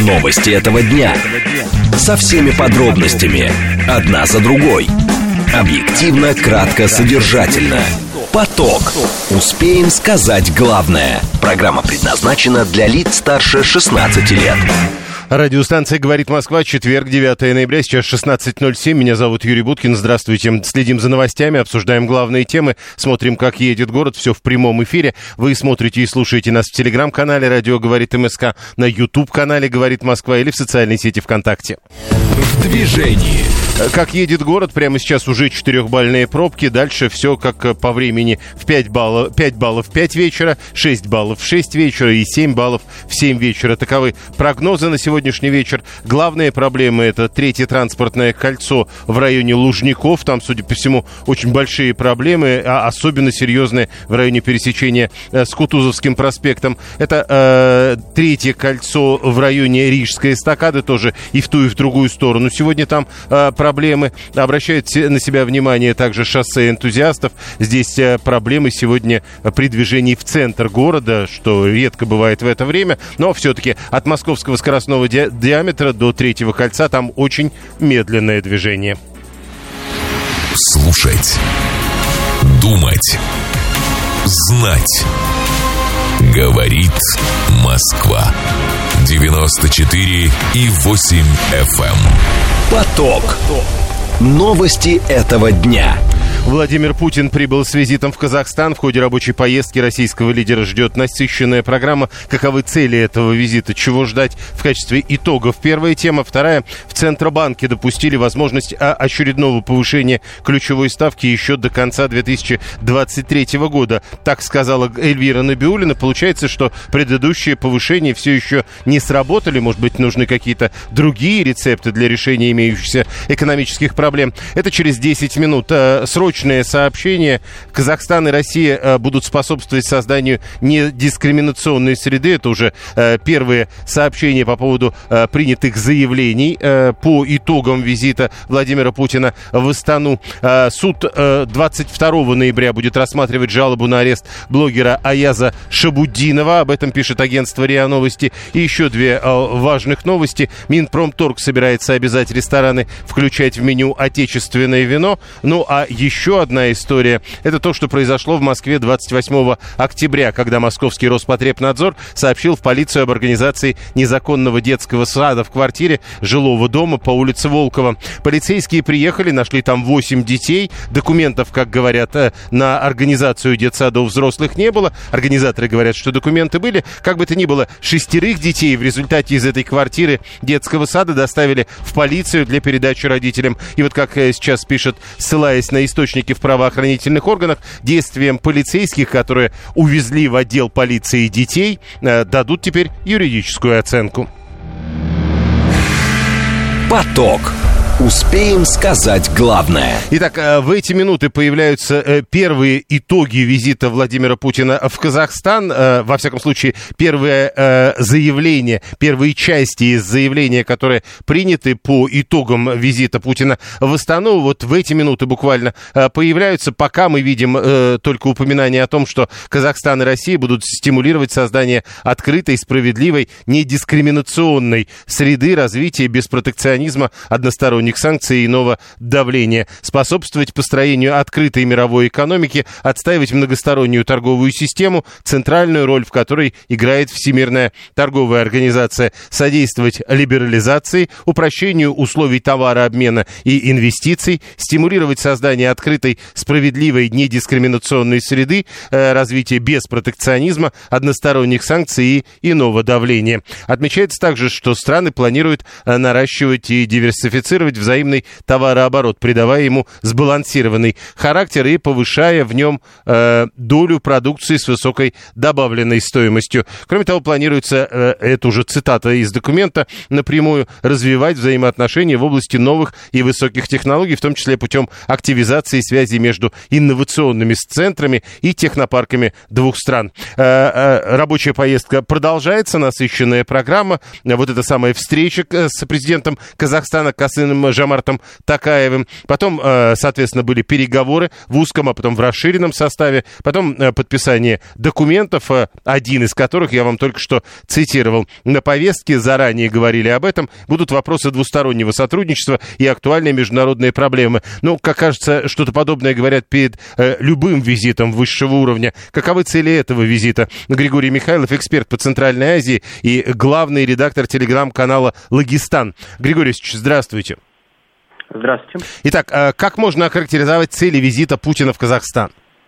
Новости этого дня. Со всеми подробностями. Одна за другой. Объективно, кратко, содержательно. Поток. Успеем сказать главное. Программа предназначена для лиц старше 16 лет. Радиостанция «Говорит Москва», четверг, 9 ноября, сейчас 16:07. Меня зовут Юрий Буткин, здравствуйте. Следим за новостями, обсуждаем главные темы, смотрим, как едет город, все в прямом эфире. Вы смотрите и слушаете нас в телеграм-канале «Радио говорит МСК», на YouTube-канале «Говорит Москва» или в социальной сети ВКонтакте. В движении. Как едет город, прямо сейчас уже 4-бальные пробки. Дальше все как по времени в 5 баллов в 5 вечера, 6 баллов в 6 вечера и 7 баллов в 7 вечера. Таковы прогнозы на сегодняшний вечер. Главные проблемы — это третье транспортное кольцо в районе Лужников. Там, судя по всему, очень большие проблемы, а особенно серьезные в районе пересечения с Кутузовским проспектом. Это третье кольцо в районе Рижской эстакады, тоже и в ту, и в другую сторону. Сегодня там проблемы. Обращают на себя внимание также шоссе энтузиастов. Здесь проблемы сегодня при движении в центр города, что редко бывает в это время. Но все-таки от московского скоростного диаметра до третьего кольца там очень медленное движение. Слушать. Думать. Знать. Говорит Москва. 94,8 FM. Поток. Новости этого дня. Владимир Путин прибыл с визитом в Казахстан. В ходе рабочей поездки российского лидера ждет насыщенная программа. Каковы цели этого визита? Чего ждать в качестве итогов? Первая тема. Вторая. В Центробанке допустили возможность очередного повышения ключевой ставки еще до конца 2023 года. Так сказала Эльвира Набиуллина. Получается, что предыдущие повышения все еще не сработали. Может быть, нужны какие-то другие рецепты для решения имеющихся экономических проблем. Это через 10 минут. Срочное сообщение. Казахстан и Россия будут способствовать созданию недискриминационной среды. Это уже первые сообщения по поводу принятых заявлений по итогам визита Владимира Путина в Астану. Суд 22 ноября будет рассматривать жалобу на арест блогера Аяза Шабуддинова. Об этом пишет агентство РИА Новости. И еще две важных новости. Минпромторг собирается обязать рестораны включать в меню отечественное вино. Ну, а еще одна история – это то, что произошло в Москве 28 октября, когда московский Роспотребнадзор сообщил в полицию об организации незаконного детского сада в квартире жилого дома по улице Волкова. Полицейские приехали, нашли там 8 детей. Документов, как говорят, на организацию детсада у взрослых не было. Организаторы говорят, что документы были. Как бы то ни было, 6 детей в результате из этой квартиры детского сада доставили в полицию для передачи родителям. И вот как сейчас пишет, ссылаясь на источники в правоохранительных органах, действиям полицейских, которые увезли в отдел полиции детей, дадут теперь юридическую оценку. Поток. Успеем сказать главное. Итак, в эти минуты появляются первые итоги визита Владимира Путина в Казахстан. Во всяком случае, первые заявления, первые части из заявления, которые приняты по итогам визита Путина в Астану, вот в эти минуты буквально появляются. Пока мы видим только упоминание о том, что Казахстан и Россия будут стимулировать создание открытой, справедливой, недискриминационной среды развития без протекционизма, односторонних санкций и иного давления, способствовать построению открытой мировой экономики, отстаивать многостороннюю торговую систему, центральную роль в которой играет Всемирная торговая организация, содействовать либерализации, упрощению условий товарообмена и инвестиций, стимулировать создание открытой, справедливой, недискриминационной среды, развитие без протекционизма, односторонних санкций и иного давления. Отмечается также, что страны планируют наращивать и диверсифицировать взаимный товарооборот, придавая ему сбалансированный характер и повышая в нем долю продукции с высокой добавленной стоимостью. Кроме того, планируется, это уже цитата из документа, напрямую развивать взаимоотношения в области новых и высоких технологий, в том числе путем активизации связей между инновационными центрами и технопарками двух стран. Рабочая поездка продолжается, насыщенная программа. Вот эта самая встреча с президентом Казахстана Касымом Касымом Жомартом Токаевым. Потом, соответственно, были переговоры в узком, а потом в расширенном составе. Потом подписание документов, один из которых я вам только что цитировал. На повестке заранее говорили об этом. Будут вопросы двустороннего сотрудничества и актуальные международные проблемы. Ну, как кажется, что-то подобное говорят перед любым визитом высшего уровня. Каковы цели этого визита? Григорий Михайлов, эксперт по Центральной Азии и главный редактор телеграм-канала «Лагистан». Григорий Ильич, здравствуйте. Здравствуйте. Итак, как можно охарактеризовать цели визита Путина в Казахстан?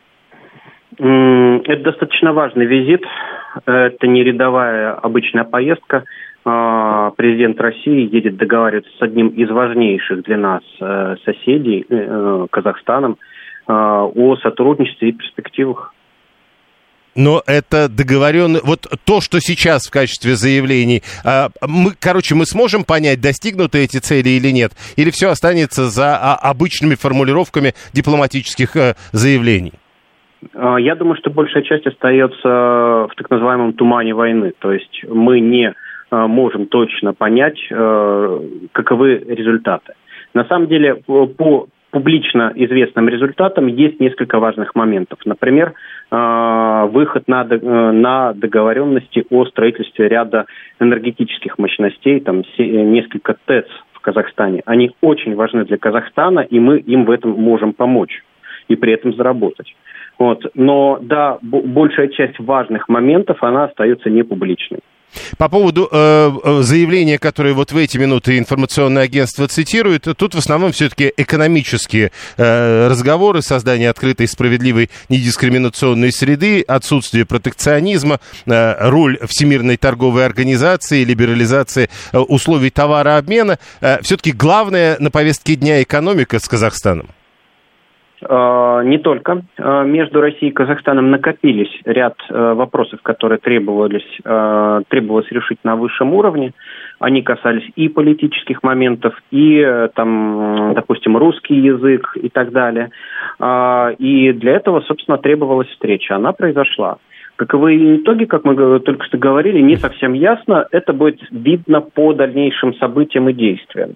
Это достаточно важный визит. Это не рядовая обычная поездка. Президент России едет договариваться с одним из важнейших для нас соседей, Казахстаном, о сотрудничестве и перспективах. Но это договоренно... Вот то, что сейчас в качестве заявлений, мы сможем понять, достигнуты эти цели или нет? Или все останется за обычными формулировками дипломатических заявлений? Я думаю, что большая часть остается в так называемом тумане войны. То есть мы не можем точно понять, каковы результаты. На самом деле, по публично известным результатам есть несколько важных моментов. Например, выход на договоренности о строительстве ряда энергетических мощностей, там несколько ТЭЦ в Казахстане. Они очень важны для Казахстана, и мы им в этом можем помочь и при этом заработать. Вот. Но да, большая часть важных моментов, она остается не публичной. По поводу заявления, которое вот в эти минуты информационное агентство цитирует, тут в основном все-таки экономические разговоры, создание открытой, справедливой, недискриминационной среды, отсутствие протекционизма, роль Всемирной торговой организации, либерализация условий товарообмена. Все-таки главное на повестке дня экономика с Казахстаном. Не только. Между Россией и Казахстаном накопились ряд вопросов, которые требовалось решить на высшем уровне. Они касались и политических моментов, и, допустим, русский язык и так далее. И для этого, собственно, требовалась встреча. Она произошла. Каковы итоги, как мы только что говорили, не совсем ясно. Это будет видно по дальнейшим событиям и действиям.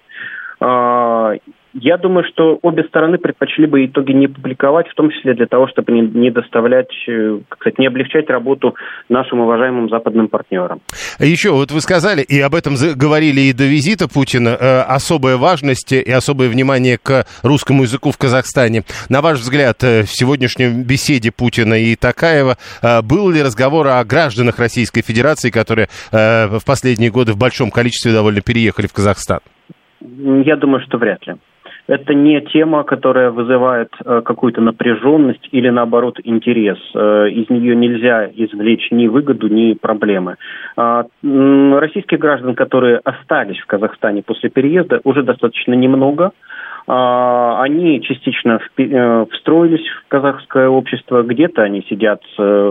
Я думаю, что обе стороны предпочли бы итоги не публиковать, в том числе для того, чтобы не доставлять, не облегчать работу нашим уважаемым западным партнерам. Еще вот вы сказали, и об этом говорили и до визита Путина, особая важность и особое внимание к русскому языку в Казахстане. На ваш взгляд, в сегодняшней беседе Путина и Токаева был ли разговор о гражданах Российской Федерации, которые в последние годы в большом количестве довольно переехали в Казахстан? Я думаю, что вряд ли. Это не тема, которая вызывает какую-то напряженность или, наоборот, интерес. Из нее нельзя извлечь ни выгоду, ни проблемы. Российских граждан, которые остались в Казахстане после переезда, уже достаточно немного. Они частично встроились в казахское общество, где-то они сидят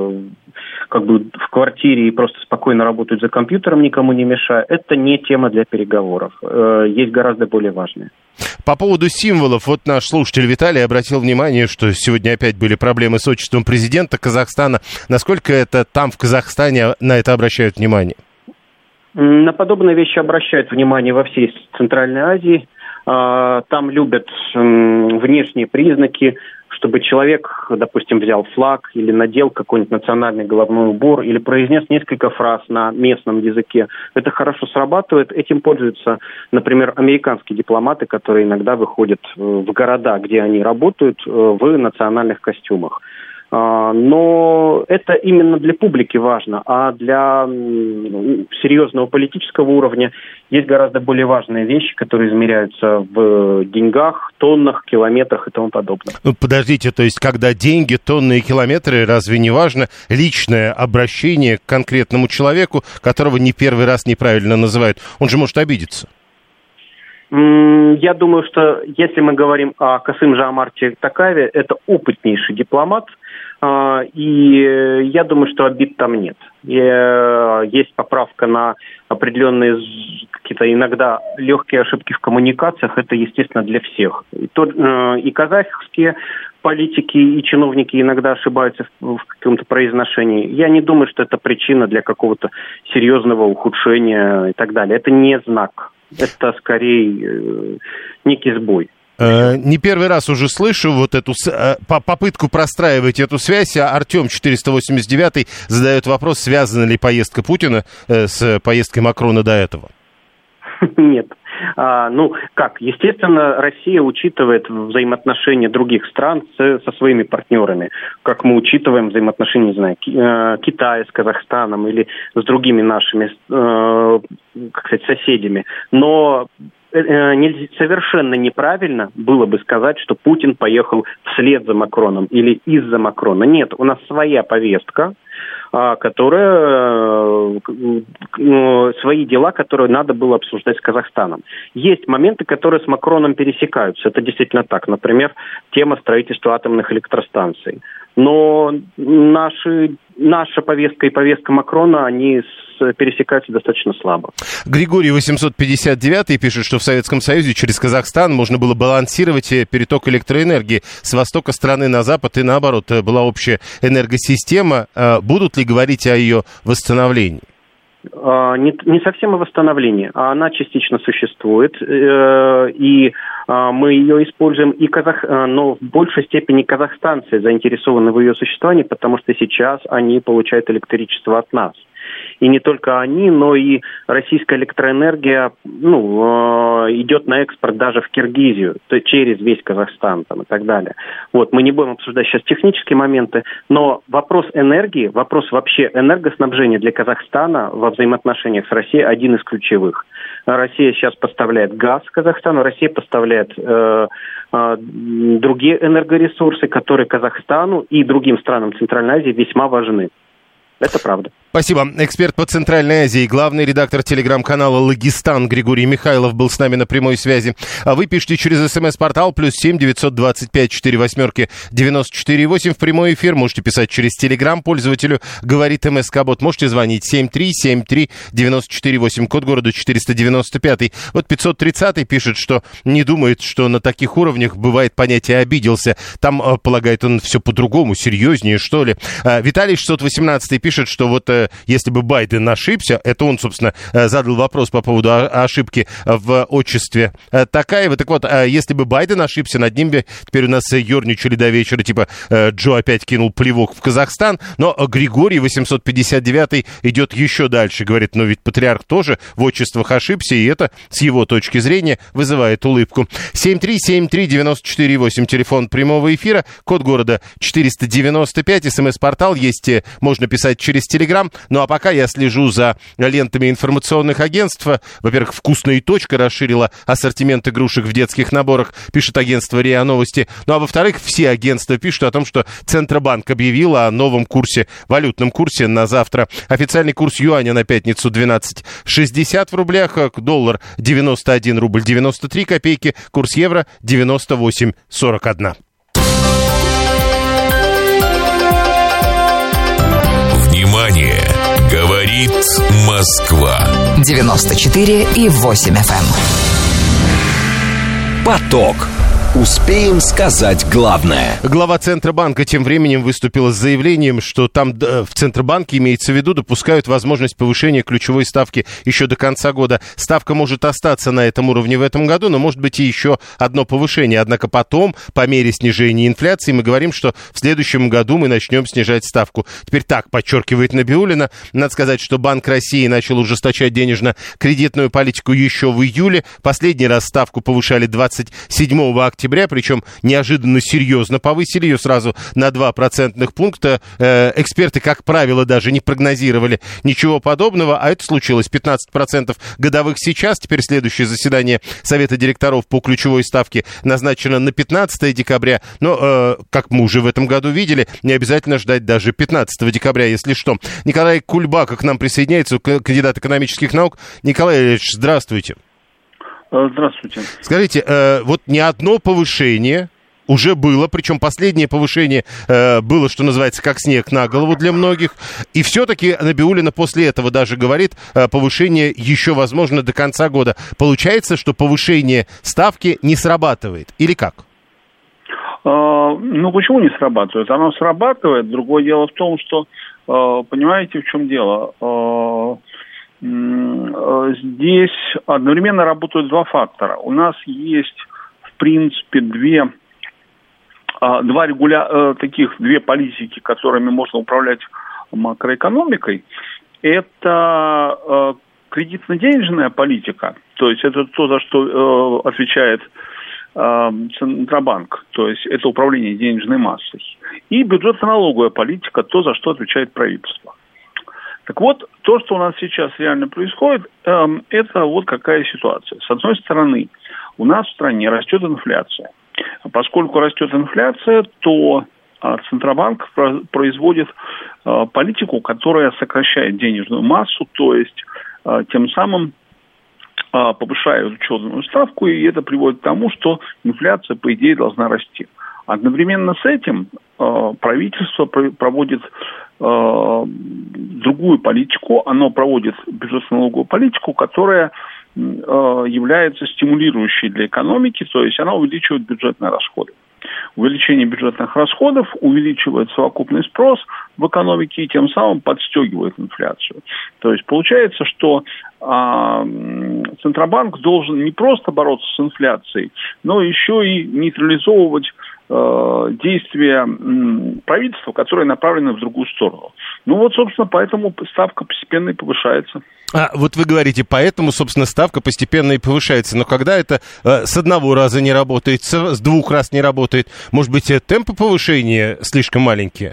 в квартире и просто спокойно работают за компьютером, никому не мешая. Это не тема для переговоров. Есть гораздо более важные. По поводу символов, вот наш слушатель Виталий обратил внимание, что сегодня опять были проблемы с отчеством президента Казахстана. Насколько это там, в Казахстане, на это обращают внимание? На подобные вещи обращают внимание во всей Центральной Азии. Там любят внешние признаки, чтобы человек, допустим, взял флаг или надел какой-нибудь национальный головной убор или произнес несколько фраз на местном языке. Это хорошо срабатывает. Этим пользуются, например, американские дипломаты, которые иногда выходят в города, где они работают, в национальных костюмах. Но это именно для публики важно, а для серьезного политического уровня есть гораздо более важные вещи, которые измеряются в деньгах, тоннах, километрах и тому подобное. Ну, подождите, то есть когда деньги, тонны и километры, разве не важно личное обращение к конкретному человеку, которого не первый раз неправильно называют? Он же может обидеться. Я думаю, что если мы говорим о Касым Жомарте Токаеве, это опытнейший дипломат, и я думаю, что обид там нет. Есть поправка на определенные какие-то иногда легкие ошибки в коммуникациях, это, естественно, для всех. И казахские политики и чиновники иногда ошибаются в каком-то произношении. Я не думаю, что это причина для какого-то серьезного ухудшения и так далее. Это не знак Это скорее некий сбой. Не первый раз уже слышу вот эту попытку простраивать эту связь. Артем 489 задает вопрос, связана ли поездка Путина с поездкой Макрона до этого? Нет. Естественно, Россия учитывает взаимоотношения других стран со своими партнерами, как мы учитываем взаимоотношения, не знаю, Китая с Казахстаном или с другими нашими, соседями. Но совершенно неправильно было бы сказать, что Путин поехал вслед за Макроном или из-за Макрона. Нет, у нас своя повестка, свои дела, которые надо было обсуждать с Казахстаном. Есть моменты, которые с Макроном пересекаются. Это действительно так. Например, тема строительства атомных электростанций. Но наша повестка и повестка Макрона, они пересекаются достаточно слабо. Григорий 859 пишет, что в Советском Союзе через Казахстан можно было балансировать переток электроэнергии с востока страны на запад и наоборот. Была общая энергосистема. Будут ли говорить о ее восстановлении? Не совсем о восстановлении, а она частично существует, и мы ее используем, но в большей степени казахстанцы заинтересованы в ее существовании, потому что сейчас они получают электричество от нас. И не только они, но и российская электроэнергия идет на экспорт даже в Киргизию, то есть через весь Казахстан и так далее. Вот, мы не будем обсуждать сейчас технические моменты, но вопрос энергии, вопрос вообще энергоснабжения для Казахстана во взаимоотношениях с Россией один из ключевых. Россия сейчас поставляет газ Казахстану, Россия поставляет другие энергоресурсы, которые Казахстану и другим странам Центральной Азии весьма важны. Это правда. Спасибо. Эксперт по Центральной Азии, главный редактор телеграм-канала «Лагистан» Григорий Михайлов был с нами на прямой связи. А вы пишите через СМС-портал +7 925 48 94 8 в прямой эфир. Можете писать через телеграм пользователю «Говорит МСК-бот». Можете звонить 7373 94 8, код города 495. Вот 530 пишет, что не думает, что на таких уровнях бывает понятие «обиделся». Там, полагает он, все по-другому, серьезнее, что ли. Виталий 618 пишет, что вот если бы Байден ошибся, это он, собственно, задал вопрос по поводу ошибки в отчестве Токаева. Так вот, если бы Байден ошибся, над ним бы теперь у нас ерничали до вечера, типа Джо опять кинул плевок в Казахстан. Но Григорий 859 идет еще дальше. Говорит, но ведь патриарх тоже в отчествах ошибся, и это, с его точки зрения, вызывает улыбку. 7373948, телефон прямого эфира, код города 495, СМС-портал есть, можно писать через телеграм. Ну а пока я слежу за лентами информационных агентств. Во-первых, «Вкусная точка» расширила ассортимент игрушек в детских наборах, пишет агентство РИА Новости. Ну а во-вторых, все агентства пишут о том, что Центробанк объявил о новом курсе, валютном курсе на завтра. Официальный курс юаня на пятницу 12,60 в рублях, доллар 91 рубль 93 копейки, курс евро 98,41. Внимание! Говорит Москва. 94,8 FM. Поток. Успеем сказать главное. Глава Центробанка тем временем выступила с заявлением, что там в Центробанке, имеется в виду, допускают возможность повышения ключевой ставки еще до конца года. Ставка может остаться на этом уровне в этом году, но может быть и еще одно повышение. Однако потом, по мере снижения инфляции, мы говорим, что в следующем году мы начнем снижать ставку. Теперь так, подчеркивает Набиуллина. Надо сказать, что Банк России начал ужесточать денежно-кредитную политику еще в июле. Последний раз ставку повышали 27 октября, причем неожиданно серьезно повысили ее сразу на 2 процентных пункта. Эксперты, как правило, даже не прогнозировали ничего подобного, а это случилось. 15% годовых сейчас. Теперь следующее заседание Совета директоров по ключевой ставке назначено на 15 декабря. Но, как мы уже в этом году видели, не обязательно ждать даже 15 декабря, если что. Николай Кульбака к нам присоединяется, кандидат экономических наук. Николай Ильич, здравствуйте. Здравствуйте. Скажите, вот не одно повышение уже было, причем последнее повышение было, что называется, как снег на голову для многих, и все-таки Набиуллина после этого даже говорит, повышение еще возможно до конца года. Получается, что повышение ставки не срабатывает, или как? Ну, почему не срабатывает? Оно срабатывает. Другое дело в том, что, понимаете, в чем дело? здесь одновременно работают два фактора. У нас есть, в принципе, две политики, которыми можно управлять макроэкономикой. Это кредитно-денежная политика, то есть это то, за что отвечает Центробанк, то есть это управление денежной массой. И бюджетно-налоговая политика, то, за что отвечает правительство. Так вот, то, что у нас сейчас реально происходит, это вот какая ситуация. С одной стороны, у нас в стране растет инфляция. Поскольку растет инфляция, то Центробанк производит политику, которая сокращает денежную массу, то есть тем самым повышает учетную ставку, и это приводит к тому, что инфляция, по идее, должна расти. Одновременно с этим правительство проводит другую политику, оно проводит бюджетно-налоговую политику, которая является стимулирующей для экономики, то есть она увеличивает бюджетные расходы. Увеличение бюджетных расходов увеличивает совокупный спрос в экономике и тем самым подстегивает инфляцию. То есть получается, что Центробанк должен не просто бороться с инфляцией, но еще и нейтрализовывать действия правительства, которые направлены в другую сторону. Ну вот, собственно, поэтому ставка постепенно и повышается. Вот вы говорите, поэтому, собственно, ставка постепенно и повышается. Но когда это с одного раза не работает, с двух раз не работает, может быть, темпы повышения слишком маленькие?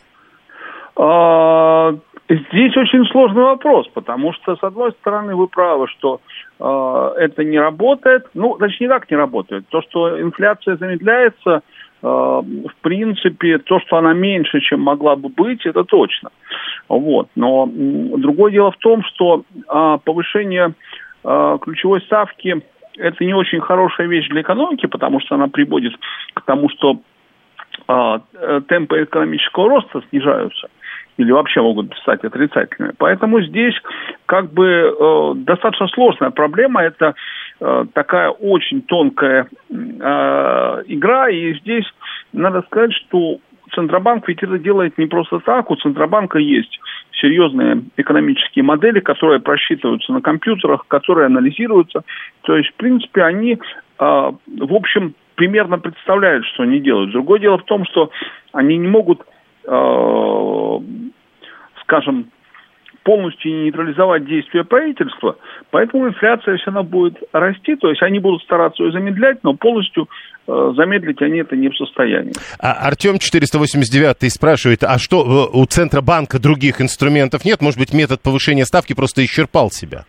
Здесь очень сложный вопрос, потому что, с одной стороны, вы правы, что это не работает. Ну, значит, не так не работает. То, что инфляция замедляется, в принципе, то, что она меньше, чем могла бы быть, это точно. Вот. Но другое дело в том, что повышение ключевой ставки – это не очень хорошая вещь для экономики, потому что она приводит к тому, что темпы экономического роста снижаются или вообще могут стать отрицательными. Поэтому здесь как бы достаточно сложная проблема. Это такая очень тонкая игра. И здесь надо сказать, что Центробанк ведь это делает не просто так. У Центробанка есть серьезные экономические модели, которые просчитываются на компьютерах, которые анализируются. То есть, в принципе, они, в общем, примерно представляют, что они делают. Другое дело в том, что они не могут, скажем, полностью нейтрализовать действия правительства, поэтому инфляция все равно будет расти, то есть они будут стараться ее замедлять, но полностью замедлить они это не в состоянии. Артем 489 спрашивает, а что, у Центробанка других инструментов нет? Может быть, метод повышения ставки просто исчерпал себя?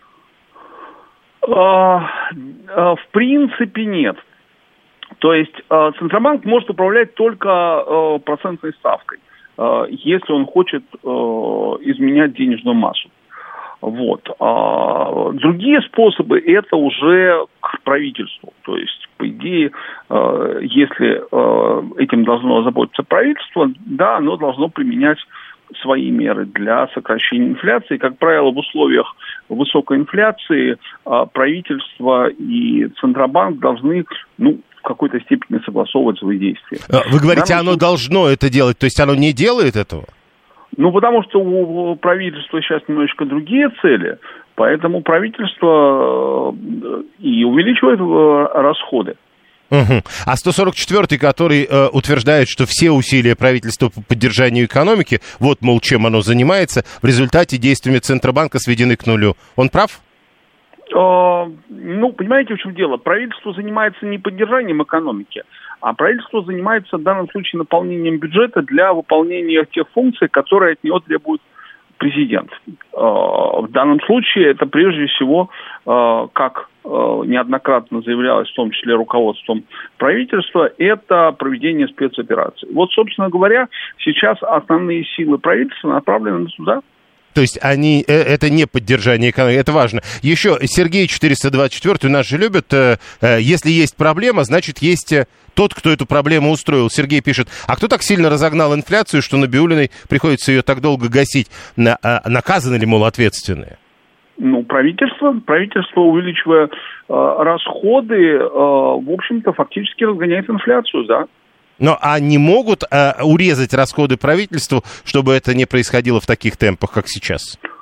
В принципе, нет. То есть Центробанк может управлять только процентной ставкой, если он хочет изменять денежную массу. Вот. Другие способы это уже к правительству. То есть, по идее, если этим должно озаботиться правительство, да, оно должно применять свои меры для сокращения инфляции. Как правило, в условиях высокой инфляции правительство и Центробанк должны, в какой-то степени согласовывать свои действия. Вы говорите, оно должно это делать, то есть оно не делает этого? Потому что у правительства сейчас немножечко другие цели, поэтому правительство и увеличивает расходы. Угу. А 144-й, который утверждает, что все усилия правительства по поддержанию экономики, вот, мол, чем оно занимается, в результате действиями Центробанка сведены к нулю. Он прав? Понимаете, в чем дело? Правительство занимается не поддержанием экономики, а правительство занимается в данном случае наполнением бюджета для выполнения тех функций, которые от него требует президент. В данном случае это прежде всего, как неоднократно заявлялось, в том числе руководством правительства, это проведение спецопераций. Вот, собственно говоря, сейчас основные силы правительства направлены туда. То есть это не поддержание экономики, это важно. Еще Сергей 424, нас же любят, если есть проблема, значит есть тот, кто эту проблему устроил. Сергей пишет, а кто так сильно разогнал инфляцию, что Набиуллиной приходится ее так долго гасить? Наказаны ли, мол, ответственные? Правительство, увеличивая расходы, в общем-то, фактически разгоняет инфляцию, да. Но они могут урезать расходы правительству, чтобы это не происходило в таких темпах, как сейчас?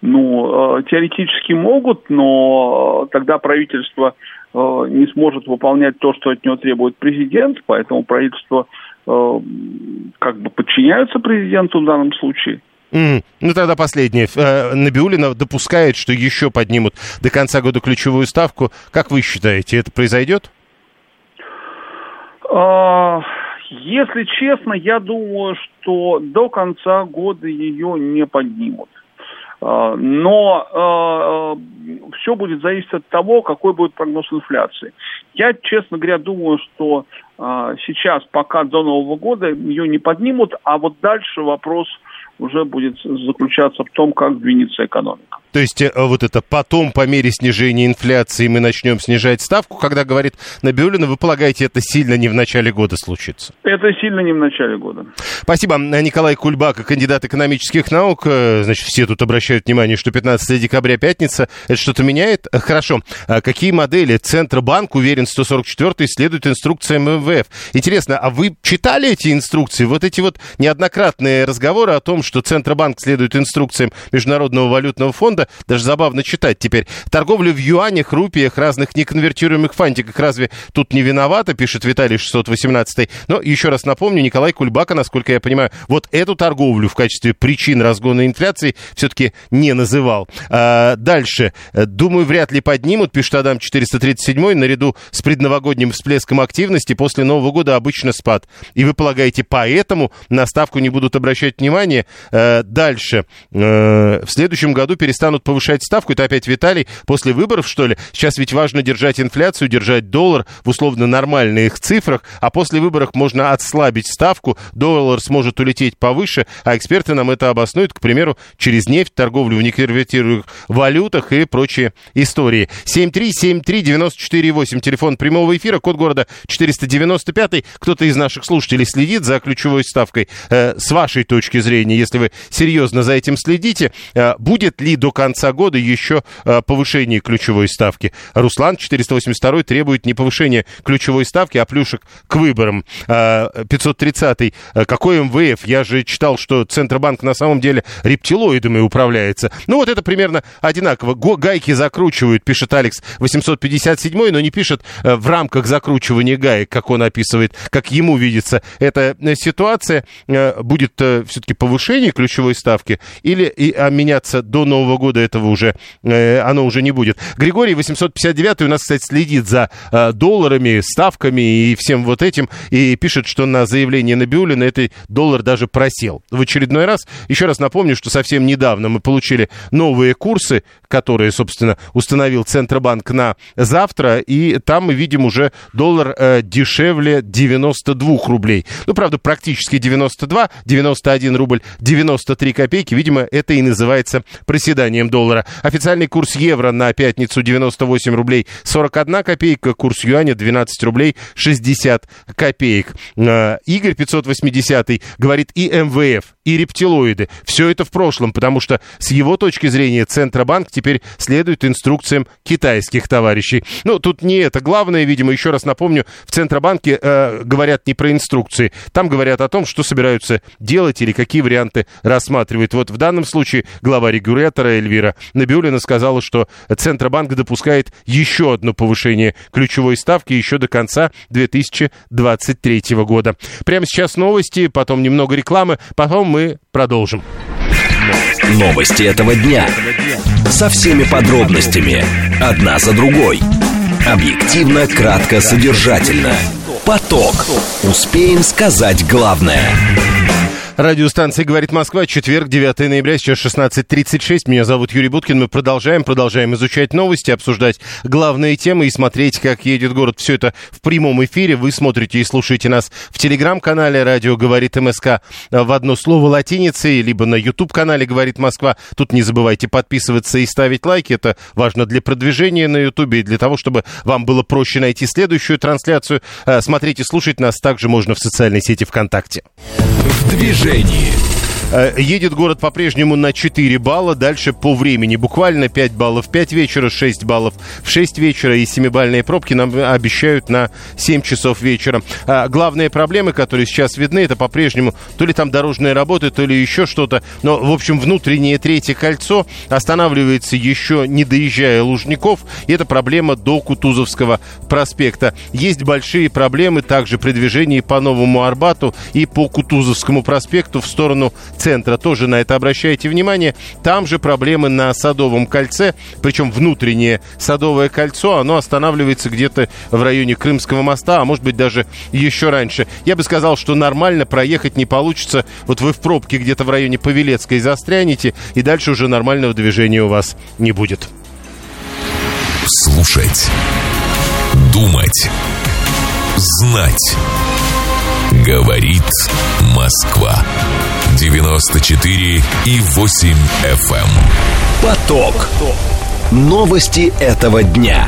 теоретически могут, но тогда правительство не сможет выполнять то, что от него требует президент, поэтому правительство подчиняются президенту в данном случае. Ну, тогда последнее. Набиуллина допускает, что еще поднимут до конца года ключевую ставку. Как вы считаете, это произойдет? Если честно, я думаю, что до конца года ее не поднимут. Но все будет зависеть от того, какой будет прогноз инфляции. Я, честно говоря, думаю, что сейчас пока до Нового года ее не поднимут, а вот дальше вопрос уже будет заключаться в том, как двинется экономика. То есть вот это потом, по мере снижения инфляции, мы начнем снижать ставку, когда говорит Набиуллина, вы полагаете, это сильно не в начале года случится? Это сильно не в начале года. Спасибо. Николай Кульбака, кандидат экономических наук. Значит, все тут обращают внимание, что 15 декабря пятница. Это что-то меняет? Хорошо. Какие модели? Центробанк, уверен, 144-й, следует инструкциям МВФ. Интересно, а вы читали эти инструкции? Вот эти вот неоднократные разговоры о том, что Центробанк следует инструкциям Международного валютного фонда, даже забавно читать теперь. Торговля в юанях, рупиях, разных неконвертируемых фантиках разве тут не виновата, пишет Виталий 618. Но еще раз напомню, Николай Кульбака, насколько я понимаю, вот эту торговлю в качестве причин разгона инфляции все-таки не называл. Дальше. Думаю, вряд ли поднимут, пишет Адам 437, наряду с предновогодним всплеском активности после Нового года обычно спад. И вы полагаете, поэтому на ставку не будут обращать внимание? Дальше. В следующем году перестанут повышать ставку. Это опять Виталий. После выборов, что ли? Сейчас ведь важно держать инфляцию, держать доллар в условно нормальных цифрах, а после выборов можно отслабить ставку, доллар сможет улететь повыше, а эксперты нам это обоснуют, к примеру, через нефть, торговлю в неконвертируемых валютах и прочие истории. 7373948, телефон прямого эфира, код города 495. Кто-то из наших слушателей следит за ключевой ставкой. С вашей точки зрения, если вы серьезно за этим следите, будет ли до конца года еще повышение ключевой ставки? Руслан 482 требует не повышения ключевой ставки, а плюшек к выборам. 530-й. Какой МВФ? Я же читал, что Центробанк на самом деле рептилоидами управляется. Ну вот это примерно одинаково. Гайки закручивают, пишет Алекс 857, но не пишет в рамках закручивания гаек, как он описывает, как ему видится эта ситуация. Будет все-таки повышение ключевой ставки или меняться до Нового года этого уже, оно уже не будет. Григорий 859 у нас, кстати, следит за долларами, ставками и всем вот этим, и пишет, что на заявление Набиуллина этот доллар даже просел. В очередной раз, еще раз напомню, что совсем недавно мы получили новые курсы, которые, собственно, установил Центробанк на завтра, и там мы видим уже доллар дешевле 92 рублей. Ну, правда, практически 92, 91 рубль 93 копейки. Видимо, это и называется проседанием доллара. Официальный курс евро на пятницу 98 рублей 41 копейка, курс юаня 12 рублей 60 копеек. Игорь 580 говорит, и МВФ, и рептилоиды. Все это в прошлом, потому что с его точки зрения Центробанк теперь следует инструкциям китайских товарищей. Ну, тут не это главное, видимо, еще раз напомню, в Центробанке говорят не про инструкции, там говорят о том, что собираются делать или какие варианты рассматривают. Вот в данном случае глава регулятора Эльвира Набиуллина сказала, что Центробанк допускает еще одно повышение ключевой ставки еще до конца 2023 года. Прямо сейчас новости, потом немного рекламы, потом мы продолжим. Новости этого дня. Со всеми подробностями. Одна за другой. Объективно, кратко, содержательно. Поток. Успеем сказать главное. Радиостанция «Говорит Москва», четверг, 9 ноября, сейчас 16:36. Меня зовут Юрий Буткин. Мы продолжаем изучать новости, обсуждать главные темы и смотреть, как едет город. Все это в прямом эфире. Вы смотрите и слушаете нас в телеграм-канале «Радио говорит МСК» в одно слово латиницей, либо на YouTube-канале «Говорит Москва». Тут не забывайте подписываться и ставить лайки. Это важно для продвижения на YouTube и для того, чтобы вам было проще найти следующую трансляцию. Смотреть и слушать нас также можно в социальной сети ВКонтакте. В движении. Едет город по-прежнему на 4 балла, дальше по времени. Буквально 5 баллов в 5 вечера, 6 баллов в 6 вечера, и 7-бальные пробки нам обещают на 7 часов вечера. Главные проблемы, которые сейчас видны, это по-прежнему то ли там дорожные работы, то ли еще что-то. Но, в общем, внутреннее третье кольцо останавливается еще не доезжая Лужников. И это проблема до Кутузовского проспекта. Есть большие проблемы также при движении по Новому Арбату и по Кутузовскому проспекту в сторону центра. Тоже на это обращайте внимание. Там же проблемы на Садовом кольце, причем внутреннее Садовое кольцо, оно останавливается где-то в районе Крымского моста, а может быть даже еще раньше. Я бы сказал, что нормально проехать не получится. Вот вы в пробке где-то в районе Павелецкой застрянете, и дальше уже нормального движения у вас не будет. Слушать, думать, знать. Говорит Москва. 94,8 FM. Поток. Новости этого дня.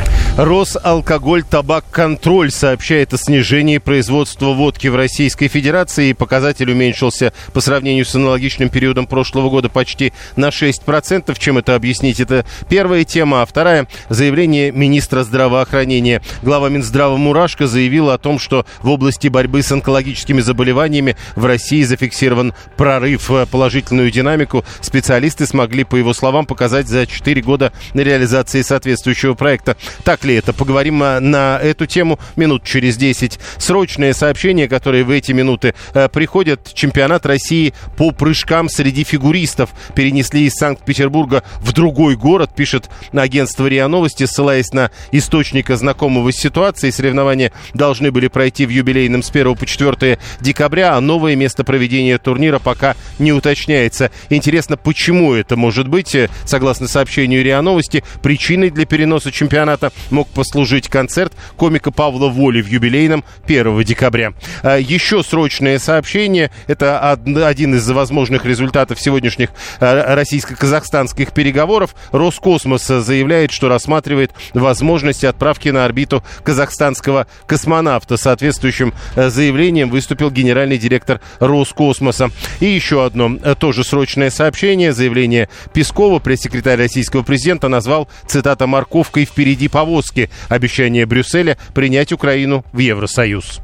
Росалкоголь-табак-контроль сообщает о снижении производства водки в Российской Федерации. Показатель уменьшился по сравнению с аналогичным периодом прошлого года почти на 6%. Чем это объяснить? Это первая тема. А вторая – заявление министра здравоохранения. Глава Минздрава Мурашко заявила о том, что в области борьбы с онкологическими заболеваниями в России зафиксирован прорыв. Положительную динамику специалисты смогли, по его словам, показать за 4 года на реализации соответствующего проекта. Так ли это? Поговорим на эту тему минут через 10. Срочное сообщение, которое в эти минуты приходят. Чемпионат России по прыжкам среди фигуристов перенесли из Санкт-Петербурга в другой город, пишет агентство РИА Новости, ссылаясь на источника, знакомого с ситуацией. Соревнования должны были пройти в юбилейном с 1 по 4 декабря, а новое место проведения турнира пока не уточняется. Интересно, почему это может быть? Согласно сообщению РИА Новости, причиной для переноса чемпионата мог послужить концерт комика Павла Воли в юбилейном 1 декабря. Еще срочное сообщение. Это один из возможных результатов сегодняшних российско-казахстанских переговоров. Роскосмос заявляет, что рассматривает возможности отправки на орбиту казахстанского космонавта. Соответствующим заявлением выступил генеральный директор Роскосмоса. И еще одно тоже срочное сообщение. Заявление Пескова, пресс-секретарь российского президента, назвал, цитата, «морковкой впереди повозки» обещание Брюсселя принять Украину в Евросоюз.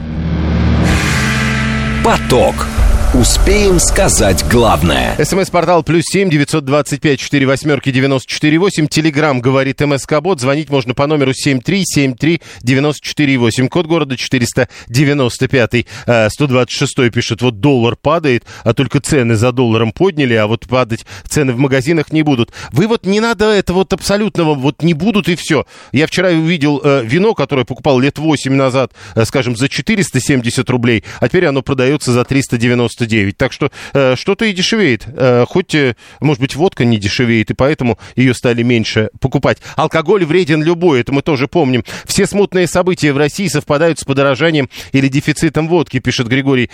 Поток. Успеем сказать главное. СМС-портал +7 925 48 94 8. Телеграм говорит МСК-бот. Звонить можно по номеру 7373 94 8. Код города 495. 126 пишет, вот доллар падает, а только цены за долларом подняли, а вот падать цены в магазинах не будут. Вы вот не надо это вот абсолютного, вот не будут и все. Я вчера увидел вино, которое покупал лет 8 назад, скажем, за 470 рублей, а теперь оно продается за 399. Так что что-то и дешевеет. Хоть, может быть, водка не дешевеет, и поэтому ее стали меньше покупать. Алкоголь вреден любой, это мы тоже помним. Все смутные события в России совпадают с подорожанием или дефицитом водки, пишет Григорий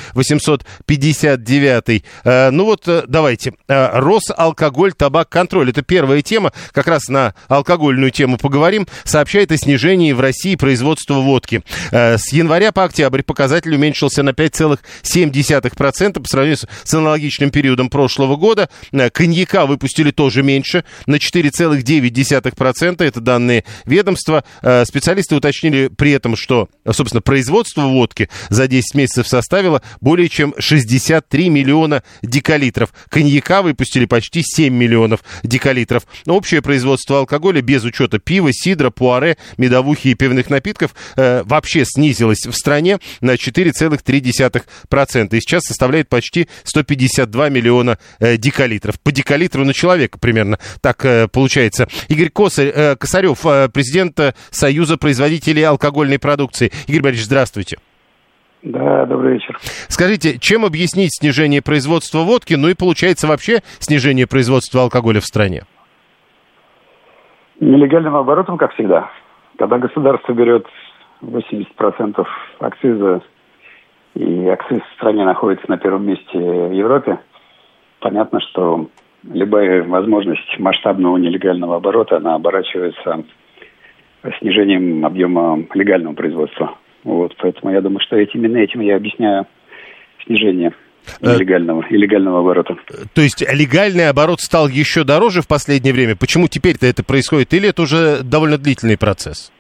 859. Ну вот, давайте. Росалкоголь, табак, контроль. Это первая тема. Как раз на алкогольную тему поговорим. Сообщает о снижении в России производства водки. С января по октябрь показатель уменьшился на 5,7% по сравнению с аналогичным периодом прошлого года. Коньяка выпустили тоже меньше, на 4,9%. Это данные ведомства. Специалисты уточнили при этом, что, собственно, производство водки за 10 месяцев составило более чем 63 миллиона декалитров. Коньяка выпустили почти 7 миллионов декалитров. Общее производство алкоголя без учета пива, сидра, пуаре, медовухи и пивных напитков вообще снизилось в стране на 4,3%. И сейчас составляет почти 152 миллиона декалитров. По декалитру на человека примерно так получается. Игорь Косарев, президент Союза производителей алкогольной продукции. Игорь Борисович, здравствуйте. Да, добрый вечер. Скажите, чем объяснить снижение производства водки, ну и получается вообще снижение производства алкоголя в стране? Нелегальным оборотом, как всегда. Когда государство берет 80% акциза, и акциз в стране находится на первом месте в Европе, понятно, что любая возможность масштабного нелегального оборота, она оборачивается снижением объема легального производства. Вот, поэтому я думаю, что именно этим я объясняю снижение легального оборота. То есть легальный оборот стал еще дороже в последнее время? Почему теперь-то это происходит? Или это уже довольно длительный процесс?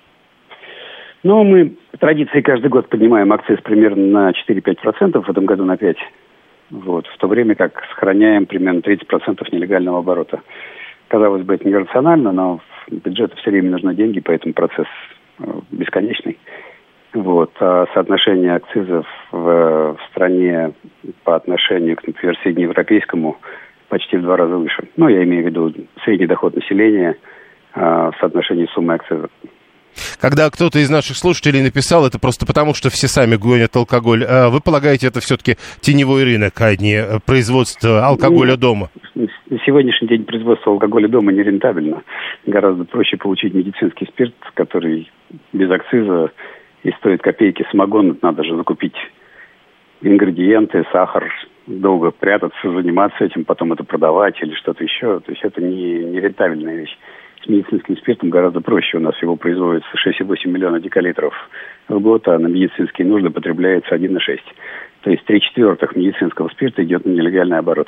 Ну, мы по традиции каждый год поднимаем акциз примерно на 4-5%, в этом году на 5%. Вот, в то время как сохраняем примерно 30% нелегального оборота. Казалось бы, это нерационально, но бюджету все время нужны деньги, поэтому процесс бесконечный. Вот. А соотношение акцизов в стране по отношению к, например, среднеевропейскому почти в 2 раза выше. Ну, я имею в виду средний доход населения в соотношении суммы акцизов. Когда кто-то из наших слушателей написал, это просто потому, что все сами гонят алкоголь. Вы полагаете, это все-таки теневой рынок, а не производство алкоголя дома? На сегодняшний день производство алкоголя дома нерентабельно. Гораздо проще получить медицинский спирт, который без акциза и стоит копейки. Самогон надо же закупить ингредиенты, сахар, долго прятаться, заниматься этим, потом это продавать или что-то еще. То есть это не рентабельная вещь. С медицинским спиртом гораздо проще. У нас его производится 6,8 миллиона декалитров в год, а на медицинские нужды потребляется 1,6. То есть 3/4 медицинского спирта идет на нелегальный оборот.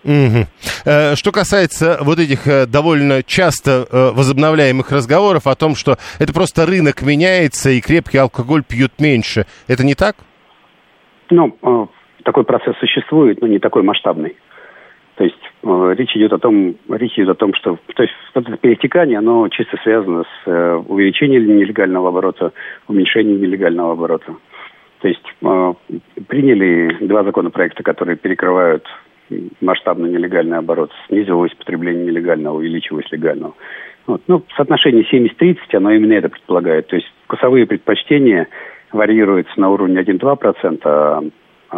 Угу. Что касается вот этих довольно часто возобновляемых разговоров о том, что это просто рынок меняется и крепкий алкоголь пьют меньше, это не так? Ну, такой процесс существует, но не такой масштабный. То есть речь идет о том, что то есть это перетекание, оно чисто связано с увеличением нелегального оборота, уменьшением нелегального оборота. То есть приняли 2 законопроекта, которые перекрывают масштабный нелегальный оборот. Снизилось потребление нелегального, увеличилось легального. Вот. Ну, соотношение 70-30, оно именно это предполагает. То есть вкусовые предпочтения варьируются на уровне 1-2%,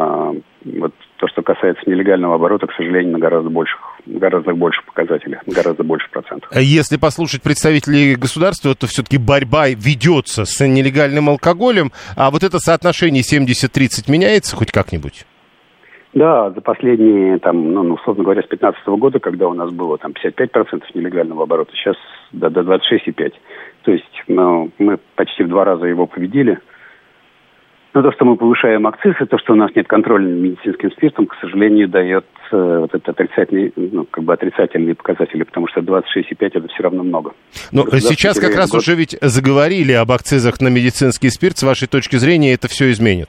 вот то, что касается нелегального оборота, к сожалению, на гораздо больше показателей, гораздо больше процентов. Если послушать представителей государства, то все-таки борьба ведется с нелегальным алкоголем, а вот это соотношение 70-30 меняется хоть как-нибудь? Да, за последние, условно говоря, с 2015 года, когда у нас было 55% нелегального оборота, сейчас до 26,5%. То есть мы почти в 2 раза его победили. Но то, что мы повышаем акциз, и то, что у нас нет контроля над медицинским спиртом, к сожалению, дает вот это отрицательные показатели, потому что 26,5 это все равно много. Но сейчас как раз уже ведь заговорили об акцизах на медицинский спирт. С вашей точки зрения, это все изменит?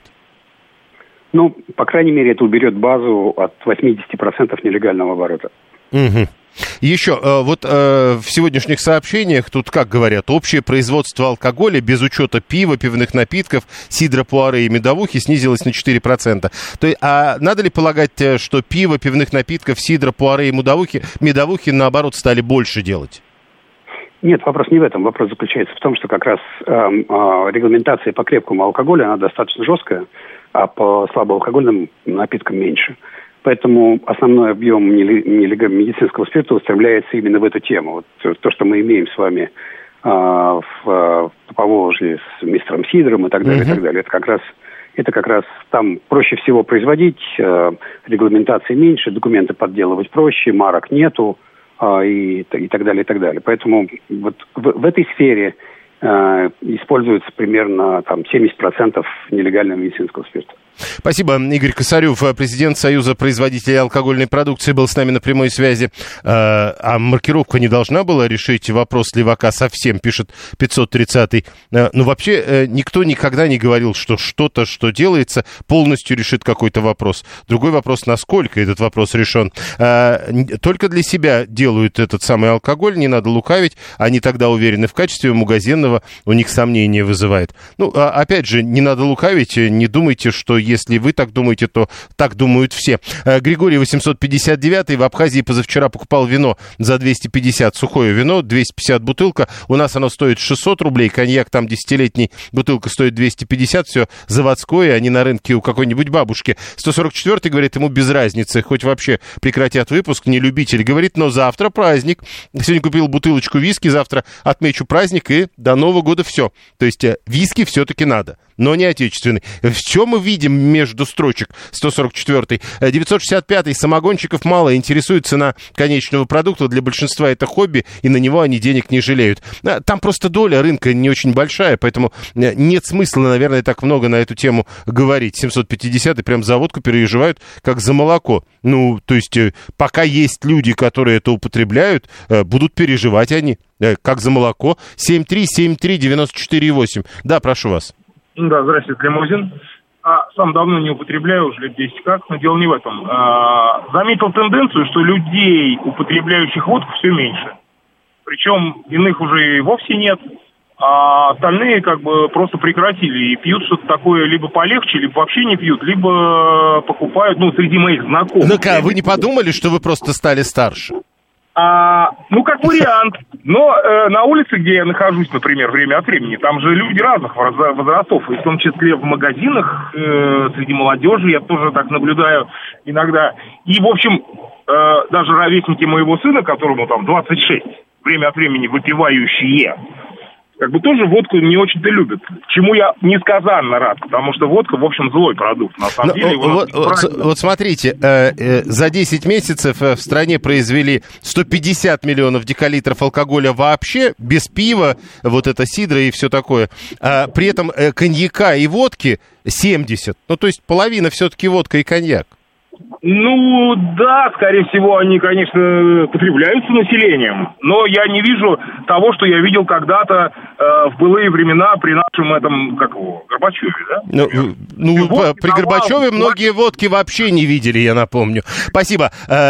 Ну, по крайней мере, это уберет базу от 80% нелегального оборота. Угу. Еще, вот в сегодняшних сообщениях, тут как говорят, общее производство алкоголя без учета пива, пивных напитков, сидра, пуаре и медовухи снизилось на 4%. То есть, а надо ли полагать, что пиво, пивных напитков, сидра, пуаре и медовухи наоборот стали больше делать? Нет, вопрос не в этом. Вопрос заключается в том, что как раз регламентация по крепкому алкоголю, она достаточно жесткая, а по слабоалкогольным напиткам меньше. Поэтому основной объем медицинского спирта устремляется именно в эту тему. Вот то, что мы имеем с вами в Поволжье с мистером Сидором и так далее, и так далее. Это как раз там проще всего производить, регламентации меньше, документы подделывать проще, марок нету и так далее, и так далее. Поэтому вот в этой сфере используется примерно 70% нелегального медицинского спирта. Спасибо. Игорь Косарев, президент Союза производителей алкогольной продукции, был с нами на прямой связи. А маркировка не должна была решить вопрос левака совсем, пишет 530-й. Ну, вообще, никто никогда не говорил, что что-то, что делается, полностью решит какой-то вопрос. Другой вопрос, насколько этот вопрос решен. Только для себя делают этот самый алкоголь, не надо лукавить. Они тогда уверены в качестве магазинного, у них сомнения вызывает. Ну, опять же, не надо лукавить, не думайте, что если вы так думаете, то так думают все. Григорий 859 в Абхазии позавчера покупал вино за 250, сухое вино, 250 бутылка. У нас оно стоит 600 рублей, коньяк там 10-летний, бутылка стоит 250, все заводское, а не на рынке у какой-нибудь бабушки. 144-й говорит, ему без разницы, хоть вообще прекратят выпуск, не любитель. Говорит, но завтра праздник. Сегодня купил бутылочку виски, завтра отмечу праздник и до Нового года все. То есть виски все-таки надо, но не отечественный. В чем мы видим между строчек, 144-й. 965-й. Самогонщиков мало, интересует цена конечного продукта. Для большинства это хобби, и на него они денег не жалеют. Там просто доля рынка не очень большая, поэтому нет смысла, наверное, так много на эту тему говорить. 750-й прям за водку переживают, как за молоко. Ну, то есть, пока есть люди, которые это употребляют, будут переживать они, как за молоко. 7373948. Да, прошу вас. Да, здравствуйте, Лимузин. Сам давно не употребляю, уже лет 10 как, но дело не в этом. Заметил тенденцию, что людей, употребляющих водку, все меньше. Причем иных уже и вовсе нет, а остальные как бы просто прекратили и пьют что-то такое либо полегче, либо вообще не пьют, либо покупают, ну, среди моих знакомых. Ну-ка, вы не подумали, что вы просто стали старше? Ну, как вариант. Но на улице, где я нахожусь, например, время от времени, там же люди разных возрастов, и в том числе в магазинах, среди молодежи, я тоже так наблюдаю иногда. И, в общем, даже ровесники моего сына, которому там 26, время от времени выпивающие, как бы тоже водку не очень-то любят. Чему я несказанно рад, потому что водка, в общем, злой продукт. На самом деле, вот смотрите, за 10 месяцев в стране произвели 150 миллионов декалитров алкоголя вообще, без пива, вот это сидра и все такое. При этом коньяка и водки 70. Ну, то есть половина все-таки водка и коньяк. Ну, да, скорее всего, они, конечно, потребляются населением, но я не вижу того, что я видел когда-то в былые времена при нашем этом, как его, Горбачеве, да? При Горбачеве многие водки вообще не видели, я напомню. Спасибо.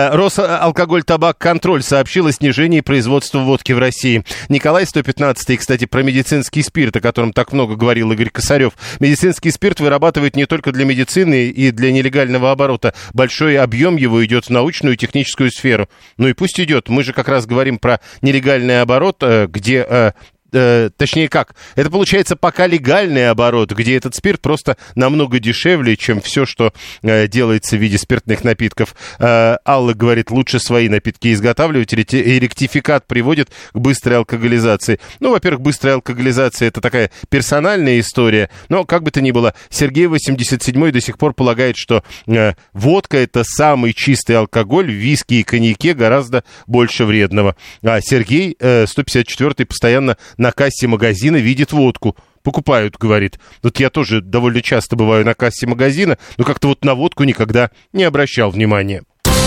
Росалкоголь-табак-контроль сообщил о снижении производства водки в России. Николай 115-й, кстати, про медицинский спирт, о котором так много говорил Игорь Косарев. Медицинский спирт вырабатывают не только для медицины и для нелегального оборота. Большой объем его идет в научную и техническую сферу. Ну и пусть идет. Мы же как раз говорим про нелегальный оборот, где... Точнее как, это получается пока легальный оборот, где этот спирт просто намного дешевле, чем все, что делается в виде спиртных напитков. Алла говорит, лучше свои напитки изготавливать, и ректификат приводит к быстрой алкоголизации. Ну, во-первых, быстрая алкоголизация — это такая персональная история, но как бы то ни было, Сергей 87-й до сих пор полагает, что водка — это самый чистый алкоголь, в виски и коньяке гораздо больше вредного. А Сергей 154-й постоянно на кассе магазина видит водку. Покупают, говорит. Вот я тоже довольно часто бываю на кассе магазина, но как-то вот на водку никогда не обращал внимания.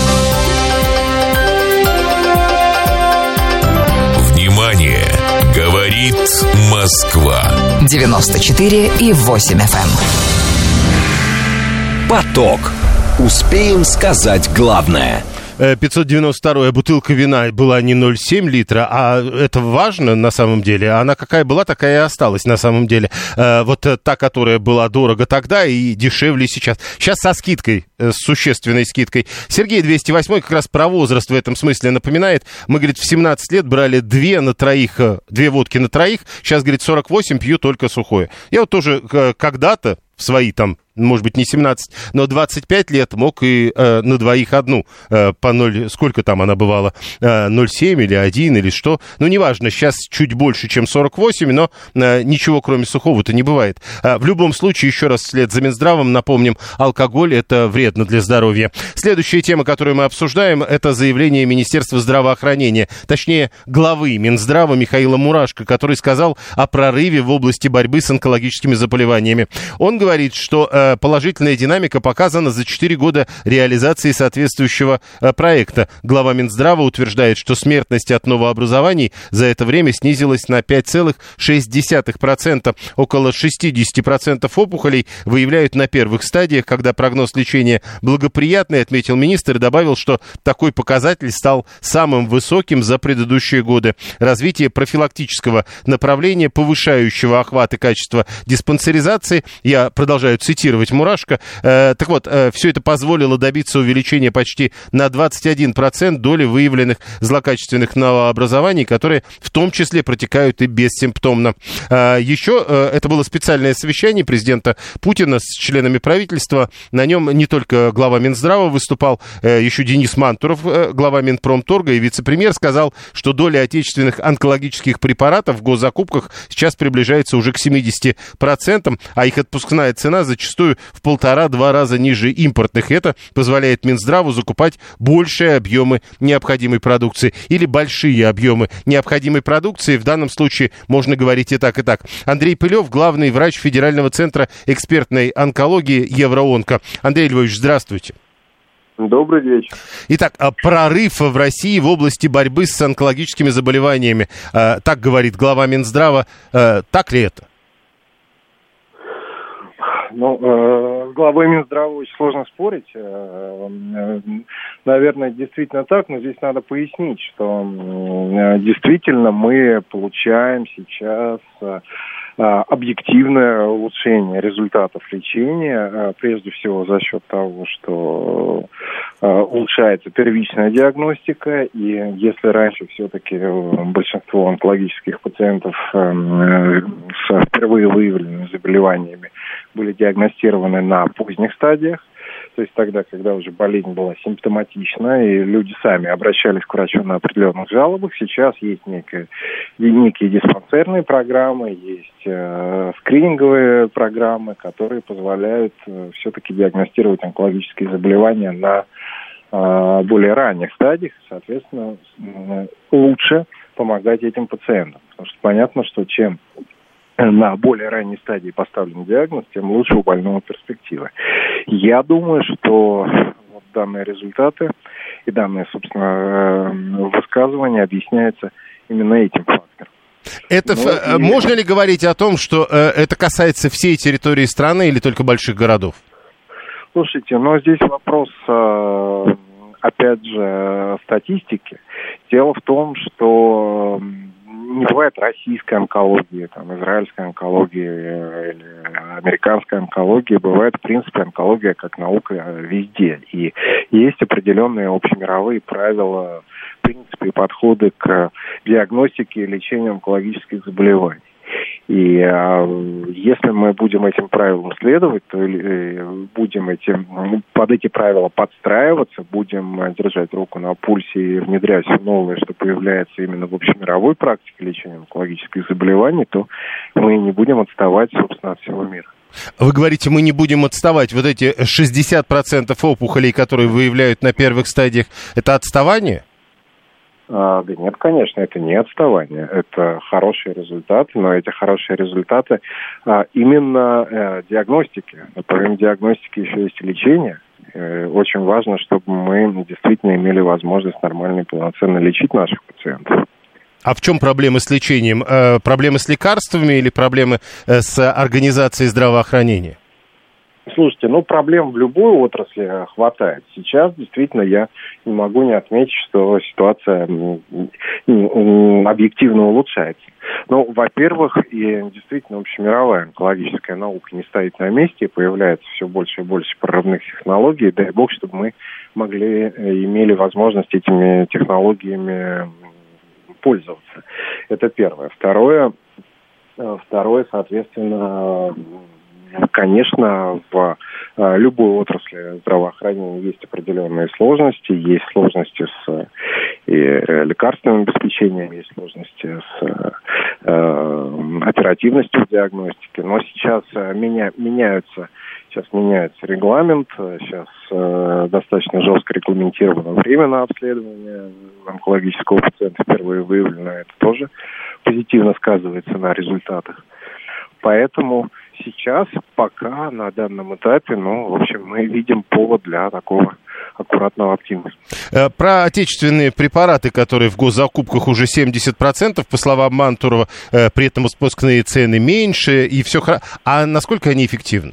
Внимание! Говорит Москва. 94,8 FM. Поток. Успеем сказать главное. 592-я бутылка вина была не 0,7 литра, а это важно на самом деле. Она какая была, такая и осталась на самом деле. Вот та, которая была дорого тогда и дешевле сейчас. Сейчас со скидкой, с существенной скидкой. Сергей 208-й как раз про возраст в этом смысле напоминает. Мы, говорит, в 17 лет брали 2 водки на троих. Сейчас, говорит, 48, пью только сухое. Я вот тоже когда-то в свои там, может быть, не 17, но 25 лет мог и на двоих одну по 0, сколько там она бывала, 0,7 или 1 или что. Ну, неважно, сейчас чуть больше, чем 48, но ничего кроме сухого-то не бывает. В любом случае, еще раз вслед за Минздравом напомним, алкоголь — это вредно для здоровья. Следующая тема, которую мы обсуждаем, это заявление Министерства здравоохранения, точнее, главы Минздрава Михаила Мурашко, который сказал о прорыве в области борьбы с онкологическими заболеваниями. Он говорит, что положительная динамика показана за 4 года реализации соответствующего проекта. Глава Минздрава утверждает, что смертность от новообразований за это время снизилась на 5,6%. Около 60% опухолей выявляют на первых стадиях, когда прогноз лечения благоприятный, отметил министр, и добавил, что такой показатель стал самым высоким за предыдущие годы. Развитие профилактического направления, повышающего охват и качество диспансеризации, я продолжаю цитировать Мурашко. Так вот, все это позволило добиться увеличения почти на 21% доли выявленных злокачественных новообразований, которые в том числе протекают и бессимптомно. Еще это было специальное совещание президента Путина с членами правительства. На нем не только глава Минздрава выступал, еще Денис Мантуров, глава Минпромторга, и вице-премьер сказал, что доля отечественных онкологических препаратов в госзакупках сейчас приближается уже к 70%, а их отпускная цена зачастую продукцию в 1,5-2 раза ниже импортных. Это позволяет Минздраву закупать большие объемы необходимой продукции или большие объемы необходимой продукции. В данном случае можно говорить и так, и так. Андрей Пылев, главный врач Федерального центра экспертной онкологии Евроонко. Андрей Львович, здравствуйте. Добрый вечер. Итак, прорыв в России в области борьбы с онкологическими заболеваниями. Так говорит глава Минздрава. Так ли это? С главой Минздрава очень сложно спорить. Наверное, действительно так, но здесь надо пояснить, что действительно мы получаем сейчас объективное улучшение результатов лечения, прежде всего за счет того, что улучшается первичная диагностика, и если раньше все-таки большинство онкологических пациентов с впервые выявленными заболеваниями были диагностированы на поздних стадиях, то есть тогда, когда уже болезнь была симптоматична, и люди сами обращались к врачу на определенных жалобах, сейчас есть некие диспансерные программы, есть скрининговые программы, которые позволяют все-таки диагностировать онкологические заболевания на более ранних стадиях, соответственно, лучше помогать этим пациентам. Потому что понятно, что чем на более ранней стадии поставлен диагноз, тем лучше у больного перспективы. Я думаю, что вот данные результаты и данные, собственно, высказывания объясняются именно этим фактором. Можно ли говорить о том, что это касается всей территории страны или только больших городов? Слушайте, здесь вопрос, опять же, статистики. Дело в том, что не бывает российской онкологии, израильской онкологии или американской онкологии. Бывает, в принципе, онкология как наука везде. И есть определенные общемировые правила, принципы и подходы к диагностике и лечению онкологических заболеваний. И если мы будем этим правилам следовать, то будем под эти правила подстраиваться, будем держать руку на пульсе и внедрять все новое, что появляется именно в общемировой практике лечения онкологических заболеваний, то мы не будем отставать, собственно, от всего мира. Вы говорите, мы не будем отставать. Вот эти 60% опухолей, которые выявляют на первых стадиях, это отставание? Да нет, конечно, это не отставание, это хорошие результаты, но эти хорошие результаты именно диагностики. Помимо диагностики еще есть и лечение. Очень важно, чтобы мы действительно имели возможность нормально и полноценно лечить наших пациентов. А в чем проблемы с лечением? Проблемы с лекарствами или проблемы с организацией здравоохранения? Слушайте, проблем в любой отрасли хватает. Сейчас действительно я не могу не отметить, что ситуация объективно улучшается. Во-первых, и действительно общемировая онкологическая наука не стоит на месте, и появляется все больше и больше прорывных технологий. Дай бог, чтобы мы имели возможность этими технологиями пользоваться. Это первое. Второе, соответственно, конечно, в любой отрасли здравоохранения есть определенные сложности. Есть сложности с лекарственным обеспечением, есть сложности с оперативностью диагностики. Но сейчас меняется регламент, сейчас достаточно жестко регламентировано время на обследование онкологического пациента, впервые выявлено, это тоже позитивно сказывается на результатах. Поэтому сейчас, пока на данном этапе, мы видим повод для такого аккуратного оптимизма. Про отечественные препараты, которые в госзакупках уже 70%, по словам Мантурова, при этом спускные цены меньше, и все хорошо. А насколько они эффективны?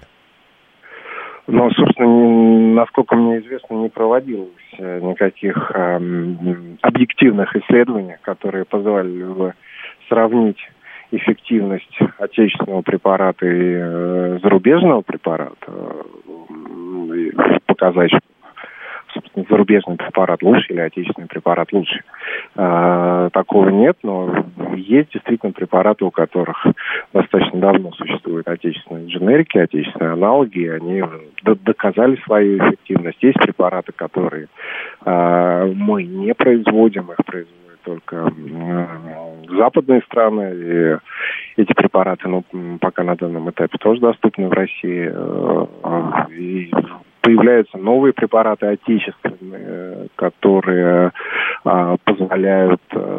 Собственно, насколько мне известно, не проводилось никаких объективных исследований, которые позволили бы сравнить эффективность отечественного препарата и зарубежного препарата, показать, что, собственно, зарубежный препарат лучше или отечественный препарат лучше. Такого нет, но есть действительно препараты, у которых достаточно давно существуют отечественные дженерики, отечественные аналоги, и они доказали свою эффективность. Есть препараты, которые мы не производим, их производят только западные страны, эти препараты, пока на данном этапе тоже доступны в России. И появляются новые препараты отечественные, которые позволяют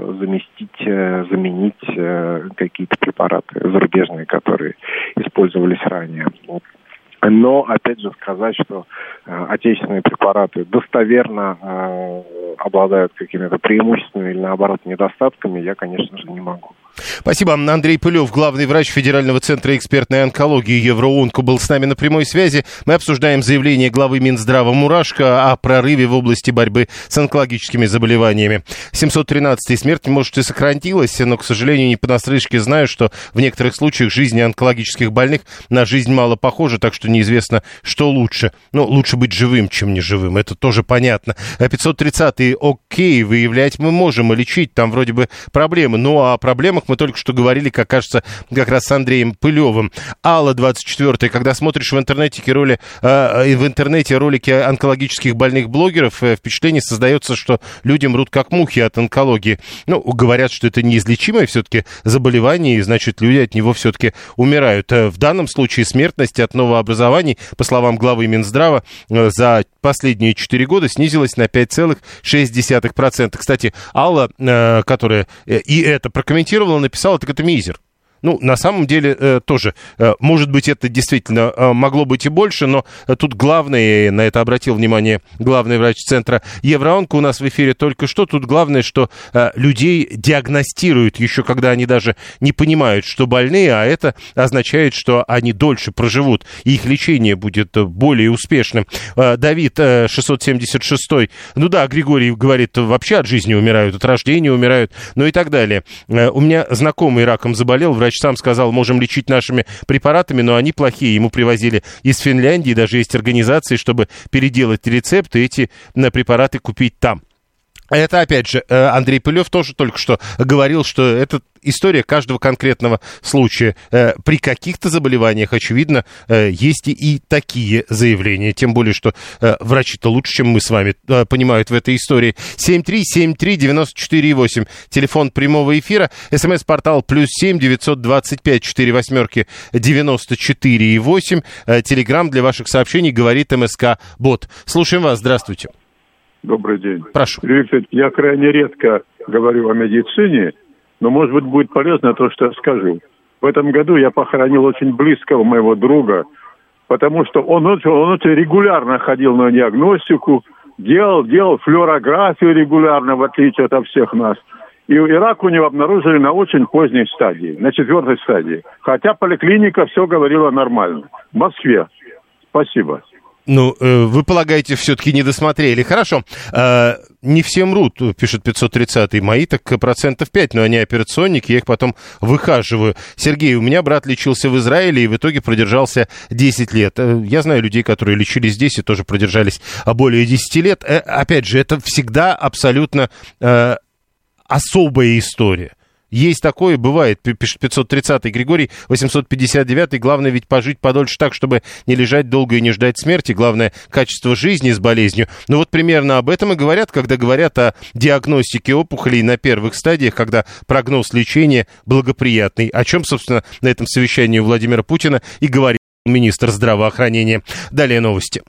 заменить какие-то препараты зарубежные, которые использовались ранее. Но, опять же, сказать, что отечественные препараты достоверно обладают какими-то преимуществами или, наоборот, недостатками, я, конечно же, не могу. Спасибо. Андрей Пылев, главный врач Федерального центра экспертной онкологии Евроонко, был с нами на прямой связи. Мы обсуждаем заявление главы Минздрава Мурашко о прорыве в области борьбы с онкологическими заболеваниями. 713-я смерть, может, и сократилась, но, к сожалению, не понаслышке знаю, что в некоторых случаях жизни онкологических больных на жизнь мало похожа, так что неизвестно, что лучше. Лучше быть живым, чем неживым, это тоже понятно. 530-й, окей, выявлять мы можем и лечить, там вроде бы проблемы. Ну, а о проблемах мы только что говорили, как кажется, как раз с Андреем Пылевым. Алла, 24-я, когда смотришь в интернете ролики онкологических больных блогеров, впечатление создается, что люди мрут как мухи от онкологии. Говорят, что это неизлечимое все-таки заболевание, и значит, люди от него все-таки умирают. В данном случае смертность от новообразований, по словам главы Минздрава, за последние 4 года снизилась на 5,6%. Кстати, Алла, которая и это прокомментировала, написала, так это мизер. На самом деле тоже, может быть, это действительно могло быть и больше, но тут главное, на это обратил внимание главный врач центра Евроонко у нас в эфире только что, тут главное, что людей диагностируют еще, когда они даже не понимают, что больные, а это означает, что они дольше проживут, и их лечение будет более успешным. Давид, 676-й, Григорий говорит, вообще от жизни умирают, от рождения умирают, и так далее. У меня знакомый раком заболел, врач сам сказал, можем лечить нашими препаратами, но они плохие. Ему привозили из Финляндии, даже есть организации, чтобы переделать рецепты, эти препараты купить там. Это, опять же, Андрей Пылев тоже только что говорил, что это история каждого конкретного случая. При каких-то заболеваниях, очевидно, есть и такие заявления. Тем более, что врачи-то лучше, чем мы с вами, понимают в этой истории. 7373948. Телефон прямого эфира. СМС-портал +7 925 48 94 8. Телеграм для ваших сообщений говорит МСК-бот. Слушаем вас. Здравствуйте. Добрый день. Прошу. Виктор, я крайне редко говорю о медицине, но, может быть, будет полезно то, что я скажу. В этом году я похоронил очень близкого моего друга, потому что он очень регулярно ходил на диагностику, делал флюорографию регулярно, в отличие от всех нас. И рак у него обнаружили на очень поздней стадии, на 4-й стадии. Хотя поликлиника все говорила нормально. В Москве. Спасибо. Вы полагаете, все-таки не досмотрели. Хорошо. Не все мрут, пишет 530-й. Мои так 5%, но они операционники, я их потом выхаживаю. Сергей, у меня брат лечился в Израиле и в итоге продержался 10 лет. Я знаю людей, которые лечились здесь и тоже продержались более 10 лет. Опять же, это всегда абсолютно особая история. Есть такое, бывает, пишет 530-й. Григорий, 859-й. Главное ведь пожить подольше так, чтобы не лежать долго и не ждать смерти. Главное, качество жизни с болезнью. Примерно об этом и говорят, когда говорят о диагностике опухолей на первых стадиях, когда прогноз лечения благоприятный. О чем, собственно, на этом совещании у Владимира Путина и говорит министр здравоохранения. Далее новости.